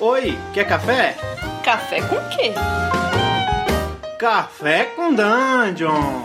Oi, quer café? Café com quê? Café com Dungeon!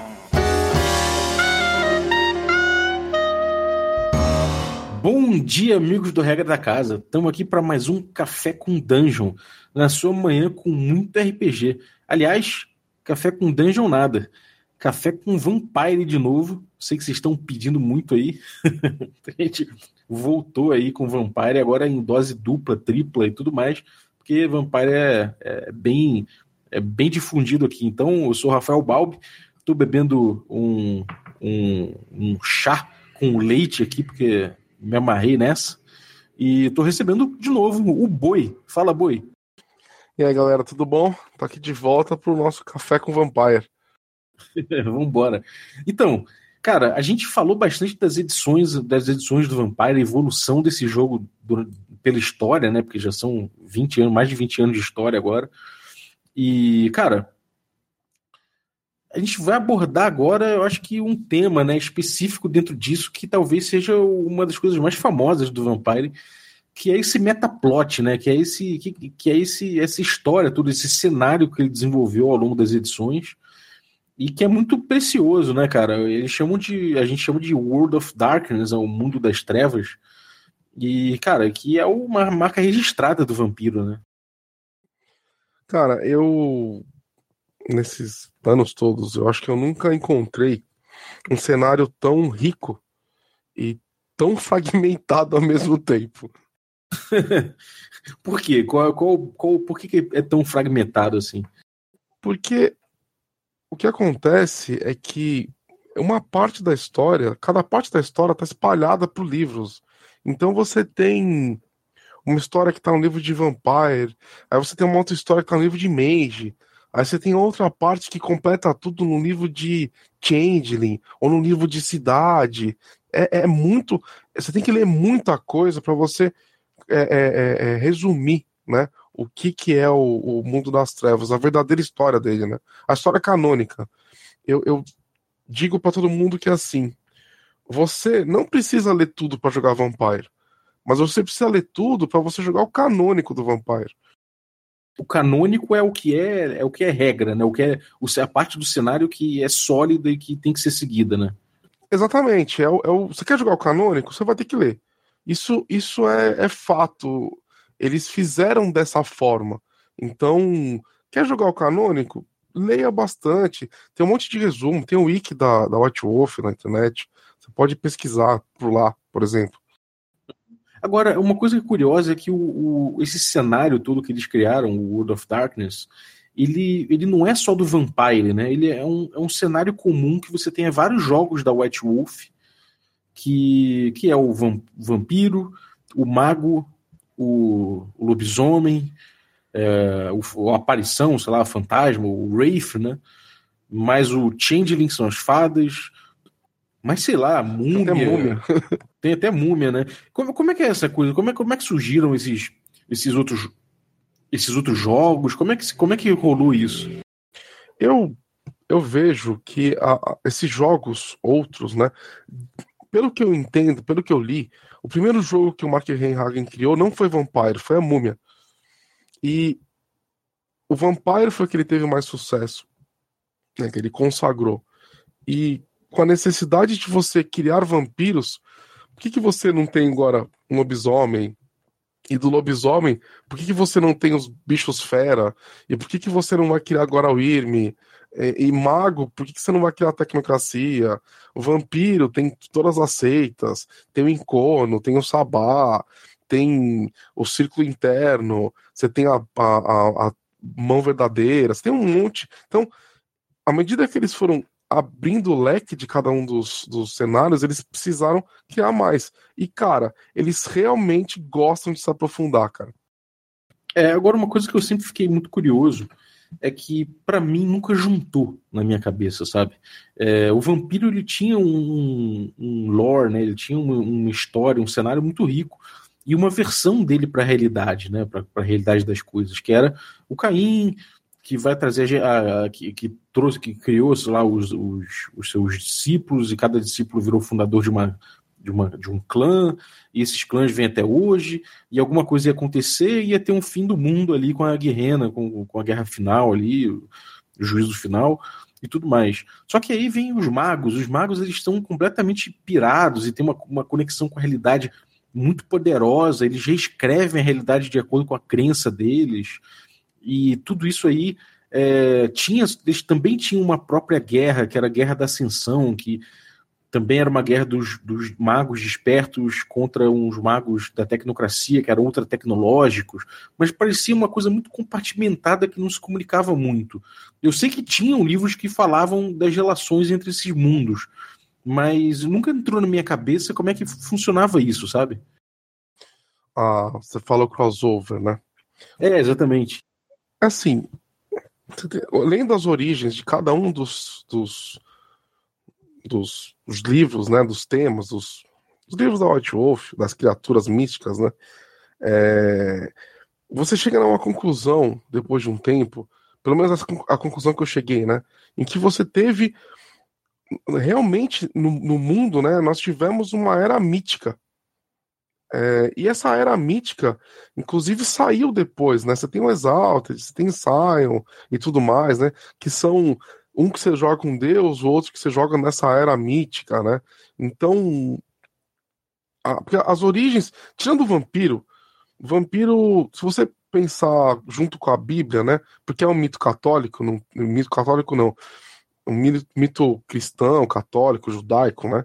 Bom dia, amigos do Regra da Casa. Estamos aqui para mais um Café com Dungeon, na sua manhã com muito RPG. Aliás, Café com Dungeon nada. Café com Vampire de novo. Sei que vocês estão pedindo muito aí. A gente voltou aí com Vampire, agora em dose dupla, tripla e tudo mais, porque Vampire é bem difundido aqui. Então, eu sou o Rafael Balbi, estou bebendo um chá com leite aqui, porque me amarrei nessa. E estou recebendo de novo o Boi. Fala, Boi. E aí, galera, tudo bom? Tô aqui de volta pro nosso Café com Vampire. Vambora. Então, cara, a gente falou bastante das edições do Vampire, a evolução desse jogo pela história, né? Porque já são 20 anos, mais de 20 anos de história agora. E, cara, a gente vai abordar agora, eu acho que um tema, né, específico dentro disso, que talvez seja uma das coisas mais famosas do Vampire, que é esse metaplot, né? Que é essa história, todo esse cenário que ele desenvolveu ao longo das edições. E que é muito precioso, né, cara? A gente chama de World of Darkness, o mundo das trevas. E, cara, que é uma marca registrada do vampiro, né? Cara, nesses anos todos, eu acho que eu nunca encontrei um cenário tão rico e tão fragmentado ao mesmo tempo. Por quê? Por que é tão fragmentado assim? Porque o que acontece é que uma parte da história, cada parte da história está espalhada por livros. Então você tem uma história que está no livro de Vampire, aí você tem uma outra história que está no livro de Mage, aí você tem outra parte que completa tudo no livro de Changeling, ou no livro de Cidade. É muito. Você tem que ler muita coisa para você resumir, né? O que é o mundo das trevas, a verdadeira história dele, né? A história canônica. Eu digo pra todo mundo que é assim: você não precisa ler tudo pra jogar Vampire, mas você precisa ler tudo pra você jogar o canônico do Vampire. O canônico é o que é regra, né? A parte do cenário que é sólida e que tem que ser seguida, né? Exatamente. Você quer jogar o canônico? Você vai ter que ler. Isso é fato. Eles fizeram dessa forma. Então, quer jogar o canônico? Leia bastante. Tem um monte de resumo. Tem o wiki da White Wolf na internet. Você pode pesquisar por lá, por exemplo. Agora, uma coisa curiosa é que esse cenário todo que eles criaram, o World of Darkness, ele não é só do Vampire, né? Ele é um cenário comum que você tem vários jogos da White Wolf, que é o vampiro, o mago, o lobisomem, a aparição, sei lá, o fantasma, o Wraith, né? Mas o Changeling são as fadas, mas sei lá, a múmia. Tem até múmia, né? Como é que é essa coisa? Como é que surgiram esses outros jogos? Como é que rolou isso? Eu vejo que esses jogos outros, né? Pelo que eu entendo, pelo que eu li, o primeiro jogo que o Mark Reinhagen criou não foi Vampire, foi a Múmia. E o Vampire foi que ele teve mais sucesso, né, que ele consagrou. E com a necessidade de você criar vampiros, por que você não tem agora um lobisomem? E do lobisomem, por que você não tem os bichos fera? E por que você não vai criar agora o Wyrm? E mago, por que você não vai criar a tecnocracia? O vampiro tem todas as seitas, tem o Encono, tem o Sabá, tem o Círculo Interno, você tem a Mão Verdadeira, você tem um monte. Então, à medida que eles foram abrindo o leque de cada um dos cenários, eles precisaram criar mais. E, cara, eles realmente gostam de se aprofundar, cara. Agora, uma coisa que eu sempre fiquei muito curioso é que, pra mim, nunca juntou na minha cabeça, sabe? O vampiro, ele tinha um lore, né? Ele tinha uma história, um cenário muito rico, e uma versão dele pra realidade, né? Pra realidade das coisas, que era o Caim, que vai trazer que criou, sei lá, os seus discípulos, e cada discípulo virou fundador de um clã, e esses clãs vêm até hoje, e alguma coisa ia acontecer, e ia ter um fim do mundo ali com a guerrena, com a guerra final ali, o juízo final e tudo mais. Só que aí vem os magos eles estão completamente pirados e tem uma conexão com a realidade muito poderosa, eles reescrevem a realidade de acordo com a crença deles, e tudo isso aí eles também tinham uma própria guerra, que era a Guerra da Ascensão, que também era uma guerra dos magos despertos contra uns magos da tecnocracia, que eram ultra-tecnológicos, mas parecia uma coisa muito compartimentada que não se comunicava muito. Eu sei que tinham livros que falavam das relações entre esses mundos, mas nunca entrou na minha cabeça como é que funcionava isso, sabe? Você falou crossover, né? Exatamente. Assim, além das origens de cada um dos livros, né, dos temas, dos livros da White Wolf, das criaturas místicas, né, você chega a uma conclusão, depois de um tempo, pelo menos a conclusão que eu cheguei, né, em que você teve, realmente, no mundo, né, nós tivemos uma era mítica. E essa era mítica, inclusive, saiu depois, né, você tem o Exalted, você tem Sion e tudo mais, né, que são um que você joga com Deus, o outro que você joga nessa era mítica, né? Então, porque as origens, tirando o vampiro, se você pensar junto com a Bíblia, né? Porque é um mito católico, um mito cristão, católico, judaico, né?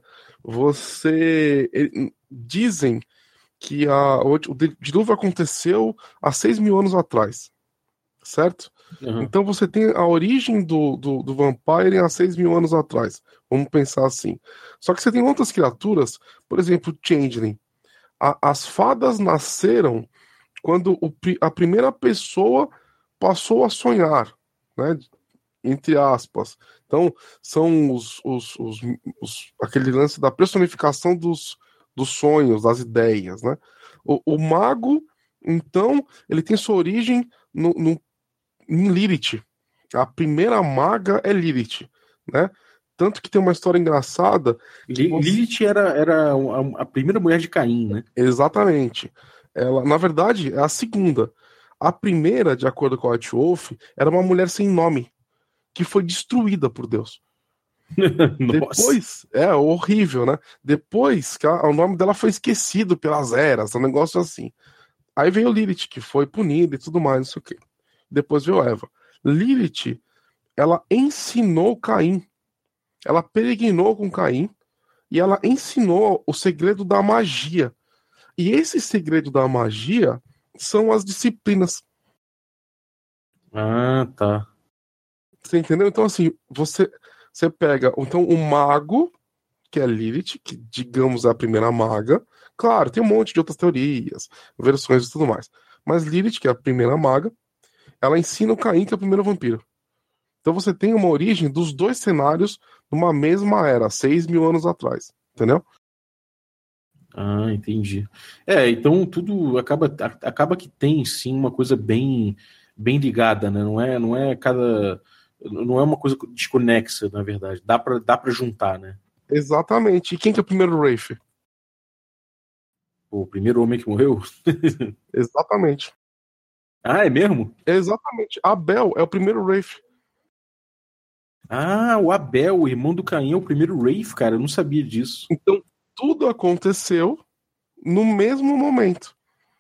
Dizem que o dilúvio aconteceu há 6.000 anos atrás, certo? Uhum. Então você tem a origem do Vampire há 6.000 anos atrás. Vamos pensar assim. Só que você tem outras criaturas, por exemplo, Changeling. As fadas nasceram quando a primeira pessoa passou a sonhar, né? Entre aspas. Então, são aquele lance da personificação dos sonhos, das ideias, né? O mago, então, ele tem sua origem em Lilith. A primeira maga é Lilith, né? Tanto que tem uma história engraçada. Lilith era a primeira mulher de Caim, né? Exatamente. Ela, na verdade, é a segunda. A primeira, de acordo com a White Wolf, era uma mulher sem nome, que foi destruída por Deus. Depois, horrível, né? Depois, o nome dela foi esquecido pelas eras, um negócio assim. Aí veio Lilith, que foi punida e tudo mais, não sei o quê. Depois veio Eva. Lilith, ela ensinou Caim. Ela peregrinou com Caim e ela ensinou o segredo da magia. E esse segredo da magia são as disciplinas. Ah, tá. Você entendeu? Então, assim, você pega então o mago, que é Lilith, que digamos é a primeira maga. Claro, tem um monte de outras teorias, versões e tudo mais. Mas Lilith, que é a primeira maga, ela ensina o Caim, que é o primeiro vampiro. Então você tem uma origem dos dois cenários numa mesma era, 6.000 anos atrás. Entendeu? Ah, entendi. Então tudo acaba que tem sim uma coisa bem ligada, né? Não é uma coisa desconexa, na verdade. Dá para juntar, né? Exatamente. E quem que é o primeiro Wraith? O primeiro homem que morreu? Exatamente. Ah, é mesmo? Exatamente. Abel é o primeiro Wraith. Ah, o Abel, o irmão do Caim, é o primeiro Wraith, cara. Eu não sabia disso. Então, tudo aconteceu no mesmo momento.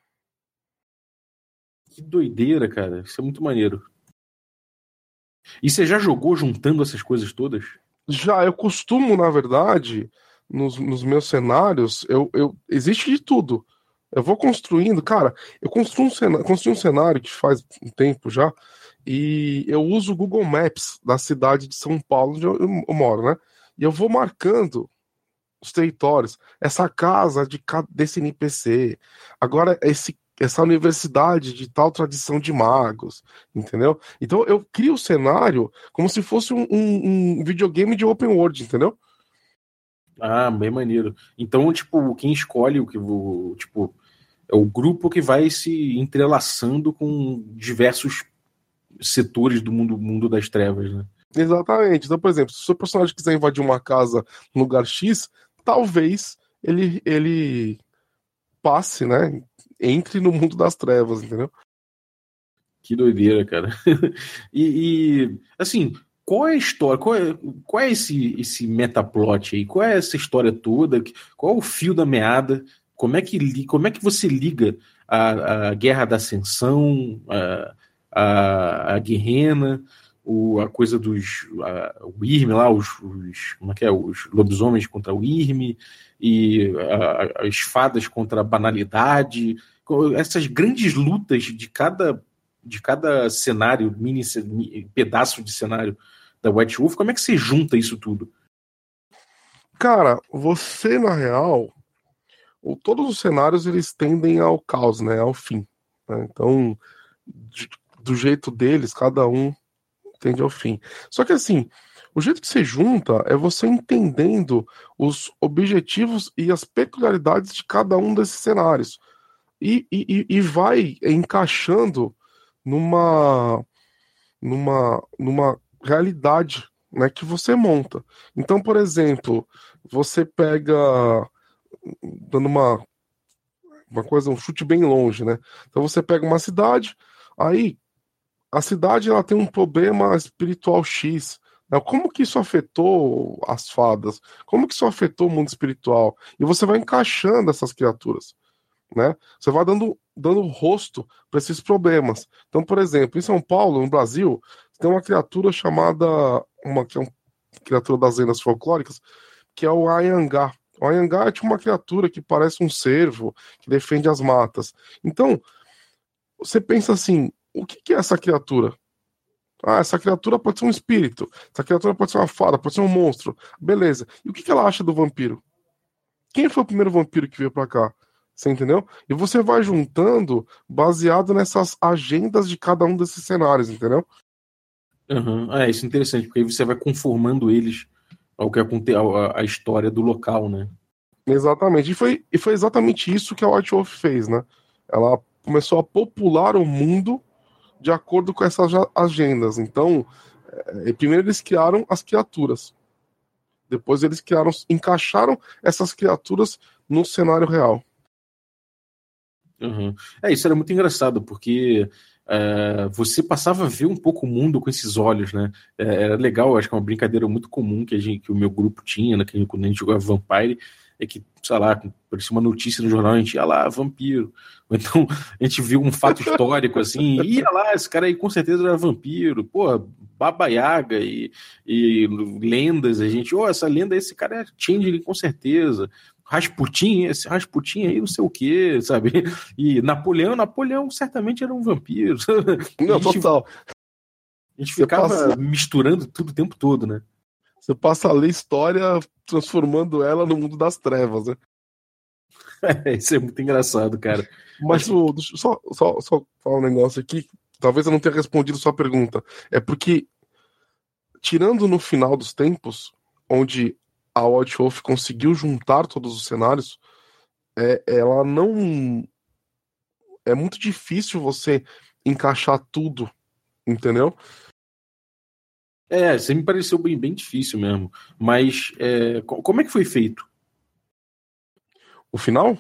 Que doideira, cara. Isso é muito maneiro. E você já jogou juntando essas coisas todas? Já, eu costumo, na verdade, nos meus cenários, existe de tudo. Eu vou construindo, cara, eu construí um cenário que faz um tempo já, e eu uso o Google Maps da cidade de São Paulo, onde eu moro, né? E eu vou marcando os territórios, essa casa desse NPC, agora essa universidade de tal tradição de magos, entendeu? Então eu crio o cenário como se fosse um videogame de open world, entendeu? Ah, bem maneiro. Então, tipo, quem escolhe tipo, é o grupo que vai se entrelaçando com diversos setores do mundo das trevas, né? Exatamente. Então, por exemplo, se o seu personagem quiser invadir uma casa no lugar X, talvez ele passe, né? Entre no mundo das trevas, entendeu? Que doideira, cara. Assim, qual é a história? Qual é esse metaplot aí? Qual é essa história toda? Qual é o fio da meada? Como é que você liga a Guerra da Ascensão, a Guerrena, a coisa o Wyrm lá, como é que é? Os lobisomens contra o Wyrm e as fadas contra a banalidade, essas grandes lutas de cada cenário, pedaço de cenário da White Wolf, como é que você junta isso tudo? Cara, você, na real, todos os cenários eles tendem ao caos, né? Ao fim. Né? Então, do jeito deles, cada um tende ao fim. Só que assim, o jeito que você junta é você entendendo os objetivos e as peculiaridades de cada um desses cenários. E vai encaixando numa realidade, né, que você monta. Então, por exemplo, você pega, dando uma coisa, um chute bem longe, né? Então você pega uma cidade, aí a cidade ela tem um problema espiritual X. Né? Como que isso afetou as fadas? Como que isso afetou o mundo espiritual? E você vai encaixando essas criaturas, né? Você vai dando rosto para esses problemas. Então, por exemplo, em São Paulo, no Brasil, tem uma criatura chamada, que é uma criatura das lendas folclóricas, que é o Anhangá. O Anhangá é tipo uma criatura que parece um cervo, que defende as matas. Então, você pensa assim, o que é essa criatura? Ah, essa criatura pode ser um espírito, essa criatura pode ser uma fada, pode ser um monstro. Beleza. E o que ela acha do vampiro? Quem foi o primeiro vampiro que veio pra cá? Você entendeu? E você vai juntando baseado nessas agendas de cada um desses cenários, entendeu? Uhum. Isso é interessante, porque aí você vai conformando eles ao que a história do local, né? Exatamente. E foi exatamente isso que a White Wolf fez, né? Ela começou a popular o mundo de acordo com essas agendas. Então, primeiro eles criaram as criaturas. Depois eles encaixaram essas criaturas no cenário real. Uhum. Isso era muito engraçado, porque você passava a ver um pouco o mundo com esses olhos, né? Era legal, acho que é uma brincadeira muito comum que o meu grupo tinha, né? Quando a gente jogava Vampire, é que, sei lá, parecia uma notícia no jornal, a gente ia lá, vampiro. Ou então a gente viu um fato histórico assim, ia lá, esse cara aí com certeza era vampiro, pô, Baba Yaga e lendas, a gente, essa lenda, esse cara é Changeling com certeza. Esse Rasputin aí não sei o que, sabe? E Napoleão certamente era um vampiro. Não, total. A gente ficava misturando tudo o tempo todo, né? Você passa a ler história transformando ela no mundo das trevas, né? Isso é muito engraçado, cara. Mas deixa eu só falar um negócio aqui. Talvez eu não tenha respondido sua pergunta. É porque, tirando no final dos tempos, onde a White Wolf conseguiu juntar todos os cenários, ela não. É muito difícil você encaixar tudo, entendeu? Você me pareceu bem difícil mesmo. Mas como é que foi feito? O final?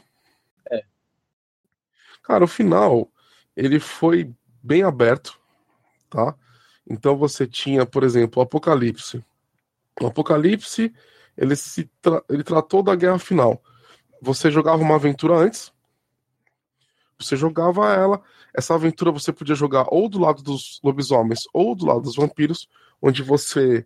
Cara, o final, ele foi bem aberto, tá? Então você tinha, por exemplo, o Apocalipse. O Apocalipse, ele tratou da guerra final. Você jogava uma aventura antes, você jogava ela, essa aventura você podia jogar ou do lado dos lobisomens ou do lado dos vampiros, onde você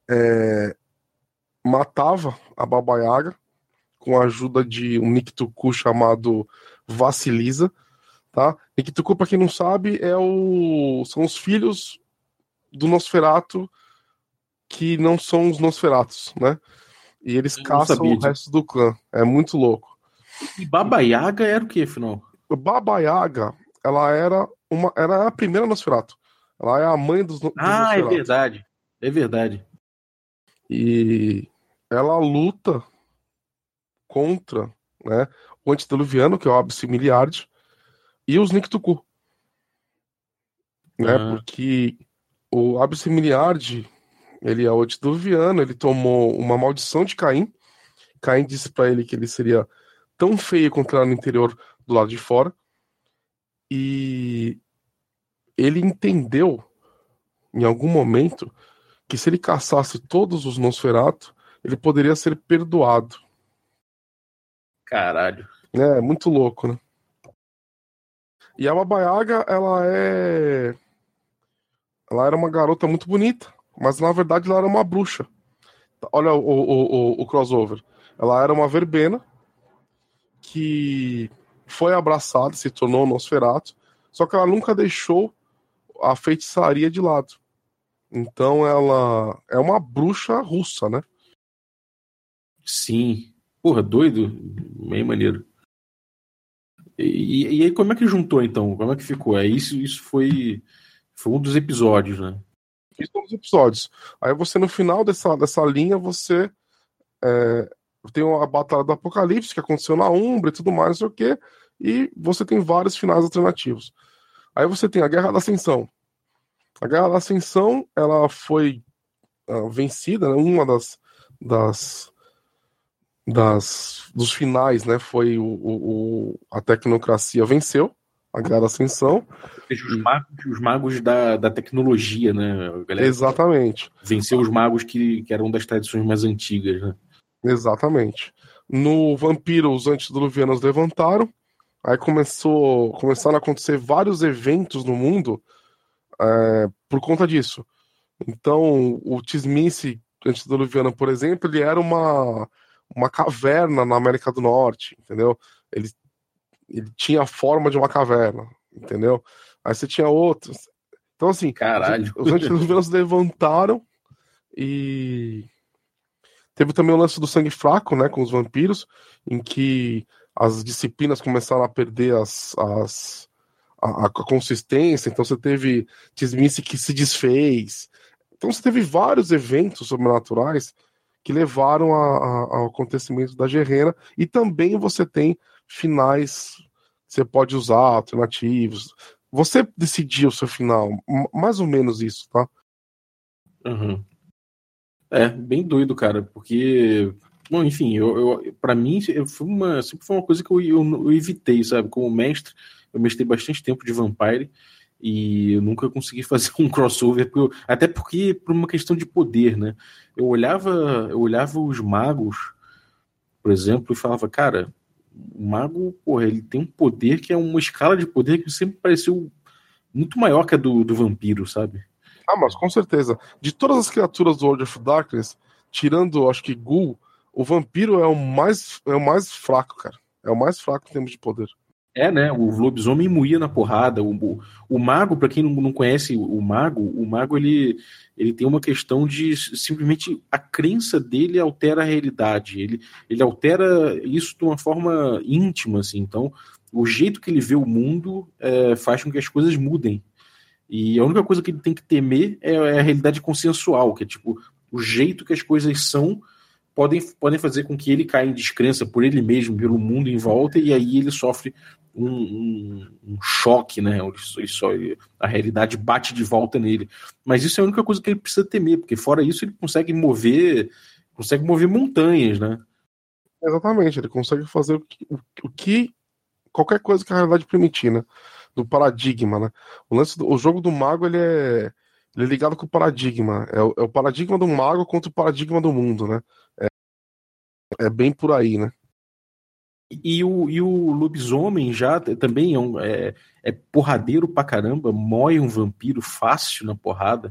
matava a Baba Yaga com a ajuda de um Nictuku chamado Vassilisa, tá? Nictuku, pra quem não sabe, são os filhos do Nosferatu que não são os Nosferatus, né? E eles caçam o resto do clã. É muito louco. E Baba Yaga era o que, afinal? Baba Yaga, ela era a primeira Nosferatu. Ela é a mãe dos Nosferatu. É verdade. É verdade. E ela luta contra, né, o antediluviano, que é o Absimiliard, e os Nictuku. Né, porque o Absimiliard, ele é o antediluviano, ele tomou uma maldição de Caim, Caim disse pra ele que ele seria tão feio quanto era no interior do lado de fora. E ele entendeu, em algum momento, que se ele caçasse todos os Nosferatu, ele poderia ser perdoado. Caralho. É muito louco, né? E a Baba Yaga, ela era uma garota muito bonita, mas na verdade ela era uma bruxa. Olha o crossover. Ela era uma verbena que foi abraçada, se tornou Nosferatu, só que ela nunca deixou a feitiçaria de lado. Então ela é uma bruxa russa, né? Sim. Porra, doido. Meio maneiro. E aí, como é que juntou, então? Como é que ficou? Isso foi um dos episódios, né? Isso são os episódios. Aí você, no final dessa linha, você tem a Batalha do Apocalipse, que aconteceu na Umbra e tudo mais, não sei o quê, e você tem vários finais alternativos. Aí você tem a Guerra da Ascensão. A Guerra da Ascensão, ela foi vencida, né? Uma dos finais, né? Foi a tecnocracia venceu a Guerra da Ascensão. Os magos da tecnologia, né? A galera Exatamente. venceu os magos que eram das tradições mais antigas, né? Exatamente. No Vampiro, os antediluvianos levantaram. Aí começaram a acontecer vários eventos no mundo por conta disso. Então, o Tzimisce antediluviano, por exemplo, ele era uma caverna na América do Norte, entendeu? Ele tinha a forma de uma caverna, entendeu? Aí você tinha outros. Então, assim, Caralho. os antediluvianos levantaram e teve também o lance do sangue fraco, né, com os vampiros, em que as disciplinas começaram a perder a consistência. Então você teve Tzimisce que se desfez. Então você teve vários eventos sobrenaturais que levaram ao acontecimento da Gerena, e também você tem finais que você pode usar, alternativos. Você decidiu o seu final, mais ou menos isso, tá? Uhum. É, bem doido, cara, porque, bom, enfim, para mim sempre foi uma coisa que eu evitei, sabe? Como mestre, eu mestrei bastante tempo de Vampire e eu nunca consegui fazer um crossover, até porque por uma questão de poder, né? Eu olhava os magos, por exemplo, e falava, cara, o mago, porra, ele tem um poder que é uma escala de poder que sempre pareceu muito maior que a do vampiro, sabe? Ah, mas com certeza. De todas as criaturas do World of Darkness, tirando, acho que Ghoul, o vampiro é o mais fraco, cara. É o mais fraco em termos de poder. É, né? O lobisomem moía na porrada. O mago, para quem não conhece o mago ele tem uma questão de simplesmente a crença dele altera a realidade. Ele altera isso de uma forma íntima, assim. Então, o jeito que ele vê o mundo faz com que as coisas mudem. E a única coisa que ele tem que temer é a realidade consensual, que é tipo o jeito que as coisas são podem fazer com que ele caia em descrença por ele mesmo, pelo mundo em volta, e aí ele sofre um choque, né? A realidade bate de volta nele. Mas isso é a única coisa que ele precisa temer, porque fora isso ele consegue mover montanhas, né? Exatamente, ele consegue fazer o que qualquer coisa que a realidade permitir, né? Do paradigma, né? O jogo do mago, ele é ligado com o paradigma. É o paradigma do mago contra o paradigma do mundo, né? É bem por aí, né? E o lobisomem já também é porradeiro pra caramba, mói um vampiro fácil na porrada.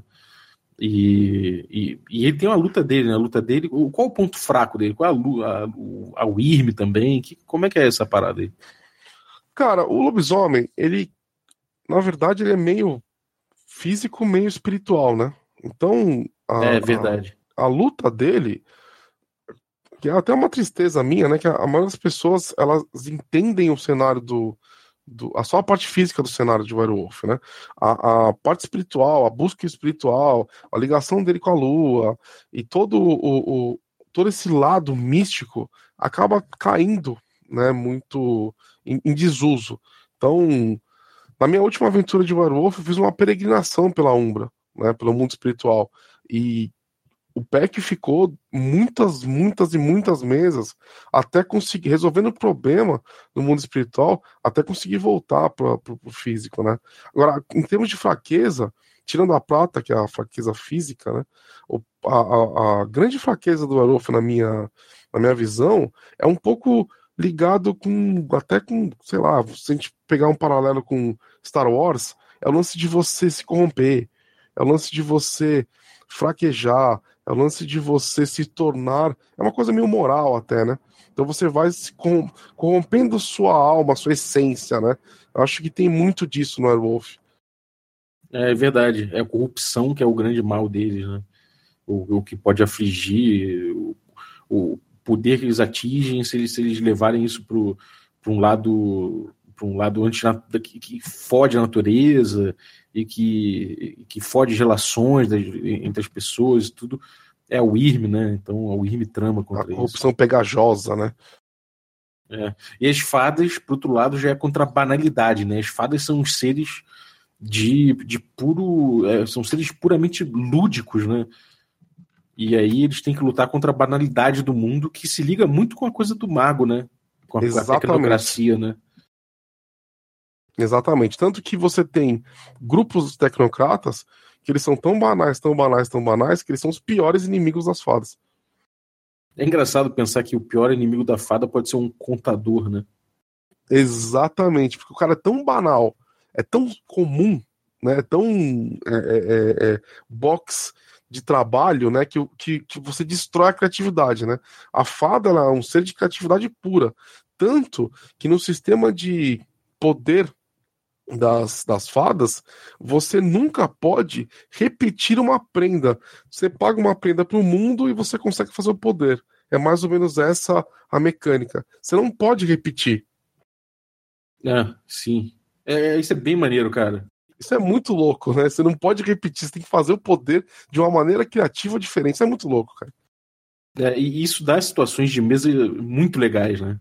E ele tem uma luta dele, né? A luta dele. Qual o ponto fraco dele? Qual a Wyrm também? Como é que é essa parada aí? Cara, o lobisomem, ele, na verdade, ele é meio físico, meio espiritual, né? Então, É verdade. a luta dele, que é até uma tristeza minha, né? Que a maioria das pessoas, elas entendem o cenário só a parte física do cenário de Werewolf, né? A parte espiritual, a busca espiritual, a ligação dele com a lua, e todo esse lado místico acaba caindo, né? Muito em desuso. Então, na minha última aventura de Werewolf, eu fiz uma peregrinação pela Umbra, né? Pelo mundo espiritual. E O Peck ficou muitas e muitas mesas até conseguir, resolvendo o problema no mundo espiritual, até conseguir voltar para o físico, né? Agora, em termos de fraqueza, tirando a prata, que é a fraqueza física, né? A grande fraqueza do Werewolf, na minha visão, é um pouco ligado até com, sei lá, se a gente pegar um paralelo com Star Wars, é o lance de você se corromper, é o lance de você fraquejar, é o lance de você se tornar, é uma coisa meio moral até, né? Então você vai se corrompendo sua alma, sua essência, né? Eu acho que tem muito disso no Werewolf. É verdade, é a corrupção que é o grande mal deles, né? O que pode afligir, o poder que eles atingem se eles levarem isso para um lado que fode a natureza e que fode as relações entre as pessoas e tudo. É o Wyrm, né? Então a Wyrm trama contra isso. A corrupção pegajosa, né? E as fadas, por outro lado, já é contra a banalidade, né? As fadas são os seres de puro... são seres puramente lúdicos, né? E aí eles têm que lutar contra a banalidade do mundo, que se liga muito com a coisa do mago, né? Com a tecnocracia, né? Exatamente. Tanto que você tem grupos de tecnocratas que eles são tão banais, que eles são os piores inimigos das fadas. É engraçado pensar que o pior inimigo da fada pode ser um contador, né? Exatamente, porque o cara é tão banal, é tão comum, né? É tão box de trabalho, né? Que você destrói a criatividade, né? A fada, ela é um ser de criatividade pura. Tanto que no sistema de poder das fadas, você nunca pode repetir uma prenda. Você paga uma prenda para o mundo e você consegue fazer o poder. É mais ou menos essa a mecânica. Você não pode repetir. Sim. Isso é bem maneiro, cara. Isso é muito louco, né? Você não pode repetir, você tem que fazer o poder de uma maneira criativa diferente. Isso é muito louco, cara. E isso dá situações de mesa muito legais, né?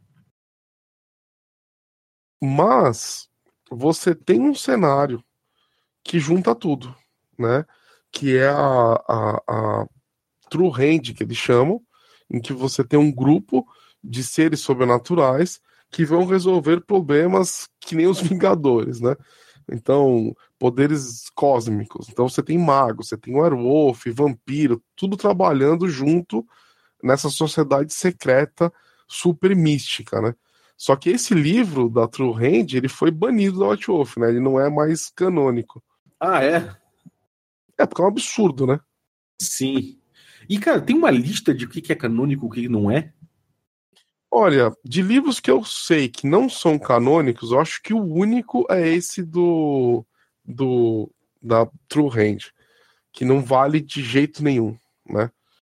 Mas você tem um cenário que junta tudo, né? Que é a True Hand, que eles chamam, em que você tem um grupo de seres sobrenaturais que vão resolver problemas que nem os Vingadores, né? Então, poderes cósmicos. Então você tem mago, você tem werewolf, vampiro, tudo trabalhando junto nessa sociedade secreta super mística, né? Só que esse livro da True Hand, ele foi banido da White Wolf, né? Ele não é mais canônico. Ah, é? É, porque é um absurdo, né? Sim. E, cara, tem uma lista de o que é canônico e o que não é? Olha, de livros que eu sei que não são canônicos, eu acho que o único é esse da True Hand, que não vale de jeito nenhum, né?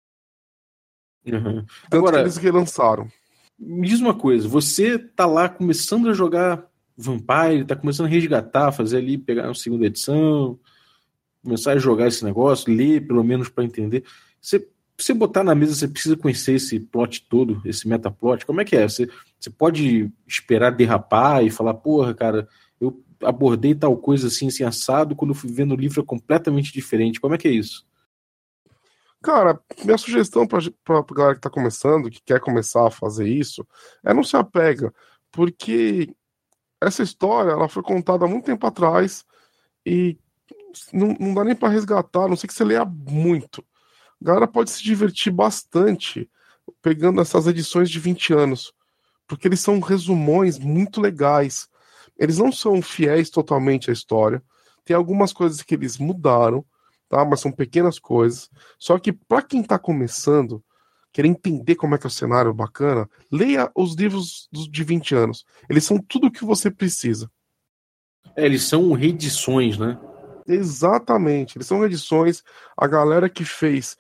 Uhum. Tanto Agora, que eles relançaram. Me diz uma coisa, você tá lá começando a jogar Vampire, tá começando a resgatar, fazer ali, pegar uma segunda edição, começar a jogar esse negócio, ler pelo menos para entender. Você botar na mesa, você precisa conhecer esse plot todo, esse metaplot. Como é que é? Você pode esperar derrapar e falar, porra, cara, eu abordei tal coisa assim assado, quando eu fui ver no livro é completamente diferente. Como é que é isso? Cara, minha sugestão pra galera que tá começando, que quer começar a fazer isso, é não se apega, porque essa história, ela foi contada há muito tempo atrás e não dá nem pra resgatar, a não sei que você leia muito. A galera pode se divertir bastante pegando essas edições de 20 anos, porque eles são resumões muito legais. Eles não são fiéis totalmente à história, tem algumas coisas que eles mudaram, tá? Mas são pequenas coisas. Só que para quem tá começando, querer entender como é que é o cenário bacana, leia os livros de 20 anos. Eles são tudo o que você precisa. Eles são reedições, né? Exatamente, eles são reedições. A galera que fez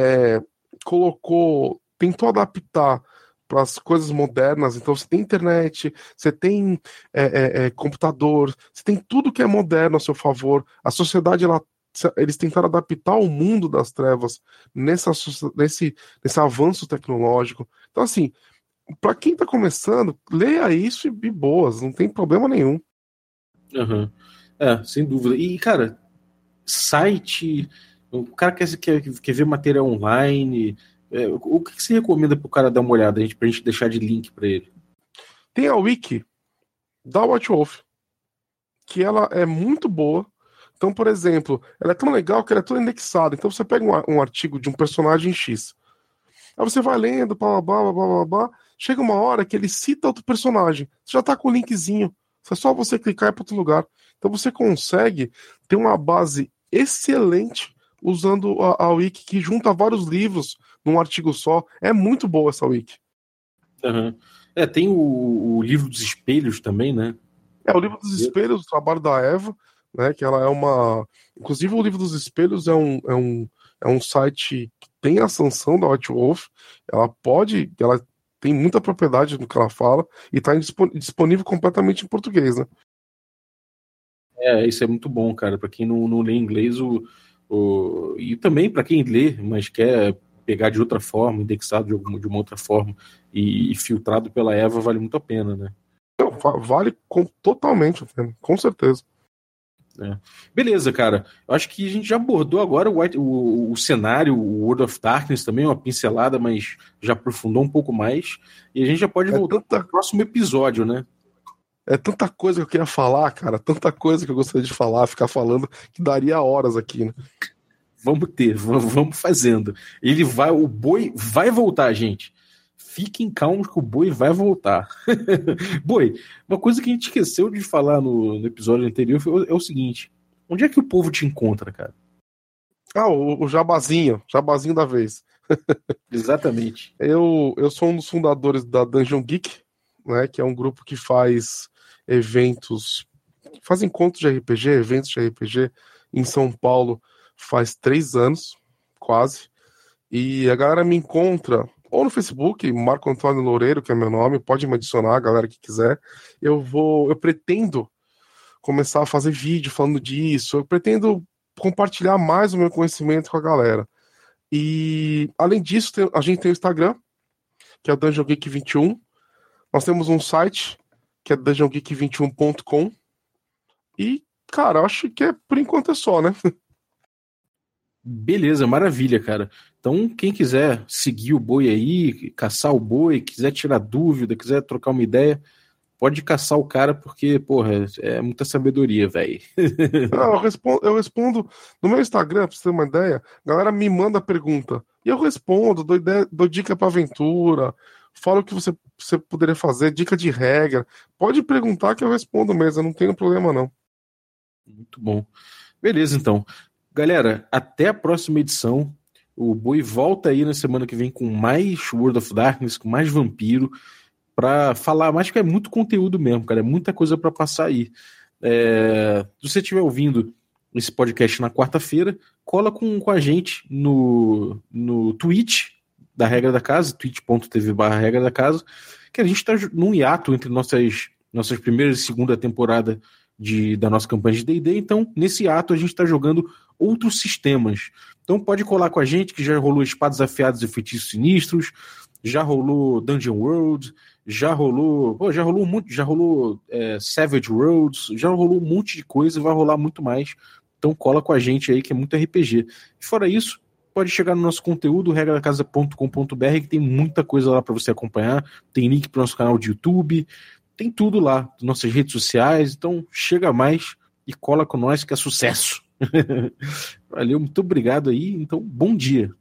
tentou adaptar para as coisas modernas. Então você tem internet, você tem computador, você tem tudo que é moderno a seu favor. A sociedade, eles tentaram adaptar o mundo das trevas nesse avanço tecnológico. Então, assim, para quem está começando, leia isso e boas, não tem problema nenhum. Uhum. Sem dúvida. E, cara, site O cara quer ver material online. O que você recomenda pro cara dar uma olhada, pra gente deixar de link para ele? Tem a wiki da White Wolf, que ela é muito boa. Então, por exemplo, ela é tão legal que ela é toda indexada. Então você pega um artigo de um personagem X. Aí você vai lendo, blá, blá, blá, blá, blá, chega uma hora que ele cita outro personagem. Você já tá com o linkzinho. É só você clicar e ir para outro lugar. Então você consegue ter uma base excelente usando a wiki, que junta vários livros num artigo só. É muito boa essa wiki. Uhum. Tem o livro dos espelhos também, né? O livro dos espelhos, o trabalho da Eva, né? Que ela é uma... Inclusive o livro dos espelhos é um site que tem a sanção da White Wolf. Ela tem muita propriedade no que ela fala e está disponível completamente em português, né? Isso é muito bom, cara. Para quem não lê inglês, e também para quem lê, mas quer pegar de outra forma, indexado de uma outra forma e filtrado pela Eva, vale muito a pena, né? Não, vale totalmente a pena, com certeza. Beleza, cara. Eu acho que a gente já abordou agora o cenário, o World of Darkness também, uma pincelada, mas já aprofundou um pouco mais. E a gente já pode voltar para o próximo episódio, né? É tanta coisa que eu queria falar, cara. Tanta coisa que eu gostaria de falar, ficar falando, que daria horas aqui, né? Vamos fazendo. O boi vai voltar, gente. Fiquem calmos que o boi vai voltar. Boi, uma coisa que a gente esqueceu de falar no episódio anterior é o seguinte: onde é que o povo te encontra, cara? O jabazinho da vez. Exatamente. Eu sou um dos fundadores da Dungeon Geek, né, que é um grupo que faz encontros de RPG, eventos de RPG em São Paulo faz 3 anos, quase. E a galera me encontra ou no Facebook, Marco Antônio Loureiro, que é meu nome, pode me adicionar, a galera que quiser. Eu pretendo começar a fazer vídeo falando disso, eu pretendo compartilhar mais o meu conhecimento com a galera. E, além disso, a gente tem o Instagram, que é o Dungeon Geek 21. Nós temos um site, que é dungeongeek21.com. E, cara, acho que por enquanto é só, né? Beleza, maravilha, cara. Então, quem quiser seguir o boi aí, caçar o boi, quiser tirar dúvida, quiser trocar uma ideia, pode caçar o cara, porque, porra, é muita sabedoria, velho. Eu respondo no meu Instagram, pra você ter uma ideia, a galera me manda pergunta. E eu respondo, dou dica pra aventura, falo o que você poderia fazer, dica de regra. Pode perguntar que eu respondo mesmo, eu não tenho problema, não. Muito bom. Beleza, então. Galera, até a próxima edição. O Boi volta aí na semana que vem com mais World of Darkness, com mais vampiro, pra falar mais, que é muito conteúdo mesmo, cara. É muita coisa pra passar aí. Se você estiver ouvindo esse podcast na quarta-feira, cola com a gente no Twitch da Regra da Casa, twitch.tv/Regra da Casa, que a gente tá num hiato entre nossas primeiras e segunda temporada da nossa campanha de D&D. Então, nesse ato, a gente está jogando outros sistemas. Então, pode colar com a gente, que já rolou Espadas Afiadas e Feitiços Sinistros, já rolou Dungeon World, já rolou Savage Worlds, já rolou um monte de coisa e vai rolar muito mais. Então, cola com a gente aí, que é muito RPG. E fora isso, pode chegar no nosso conteúdo, regradacasa.com.br, que tem muita coisa lá para você acompanhar. Tem link para o nosso canal de YouTube, tem tudo lá, nossas redes sociais. Então, chega mais e cola com nós, que é sucesso. Valeu, muito obrigado aí. Então, bom dia.